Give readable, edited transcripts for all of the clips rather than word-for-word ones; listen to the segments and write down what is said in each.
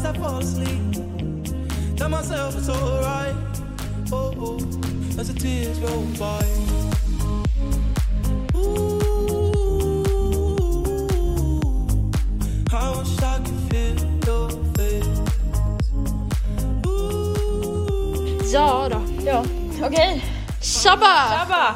as I fall asleep. Tell myself it's alright. Oh, oh, as the tears roll by. I wish I could feel your face. Ja då. Ja, okej. Tjabba!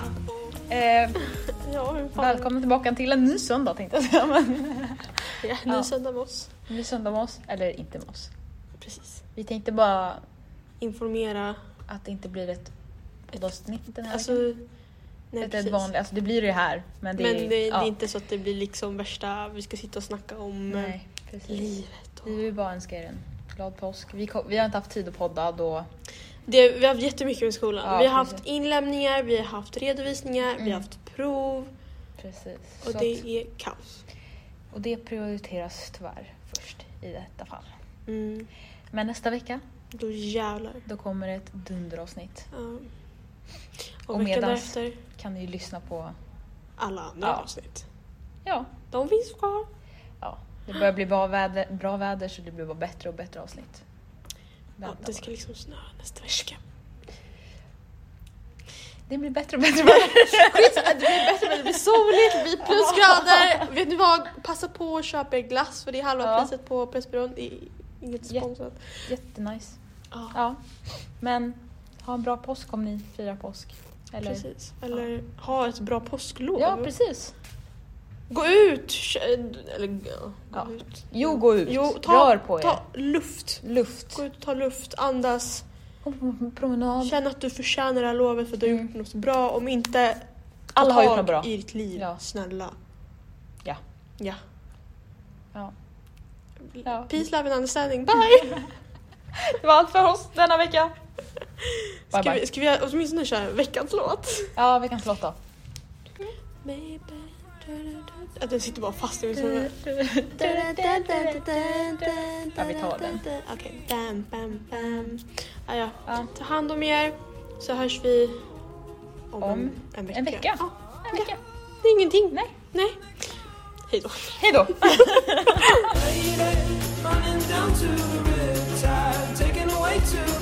Välkommen tillbaka till en ny söndag tänkte jag säga. Ja, ny söndag med oss. Ny söndag med oss, eller inte med oss. Precis. Vi tänkte bara Informera. att det inte blir ett poddavsnitt den här Alltså, veckan. nej, Ett vanligt, alltså det blir det här. Men det är inte så att det blir liksom värsta, vi ska sitta och snacka om Nej, precis. livet. Vi vill bara önska er en glad påsk. Vi har inte haft tid att podda då. Vi har haft jättemycket med skolan. Ja, vi har precis. haft inlämningar, vi har haft redovisningar, vi har haft prov. Precis. Och Så det att, är kaos. och det prioriteras tyvärr först i detta fall. Mm. Men nästa vecka, Då jävlar. då kommer ett dunderavsnitt. Ja. Och Och veckan medans- därefter, Kan ni ju lyssna på. alla andra Ja. avsnitt. Ja, De finns kvar. det börjar bli bra väder så det blir bara bättre och bättre avsnitt. Ja, Vänta det ska bara. liksom snöa nästa vecka. Det blir bättre och bättre. Och bättre. Skit, det blir bättre men det blir soligt, det blir plusgrader. Vet ni vad? Passa på att köpa er glass för det är halva Ja. priset på Pressbyrån. Det är inget sponsrat. Jättenice. Ja, Ja, men ha en bra påsk om ni firar påsk. Eller? precis. Eller ha ett bra påsklov. Ja, precis. Gå ut! Eller Ja. gå ut. Jo, gå ut. Jo, Rör på er. ta luft. Luft. Gå ut och ta luft, andas. Promenad. Känn att du förtjänar det här lovet för att du har gjort något bra. Om inte, ta Alla har gjort tag något bra. i ditt liv. Ja. Snälla. Ja. Ja. Ja. Ja. Peace, love and understanding. Bye! Det var allt för oss denna vecka. Bye, bye. Ska vi åtminstone köra veckans låt? Ja, veckans låt då. Att den sitter bara fast i min huvud. Ja, vi tar den. Okej, bam, bam, bam. Ja. Ja. Ta hand om er, så hörs vi om en vecka. En vecka. Ja, En vecka. det är ingenting. Nej. Hej då. Hej då. Lady, running down to the riptide, taken away to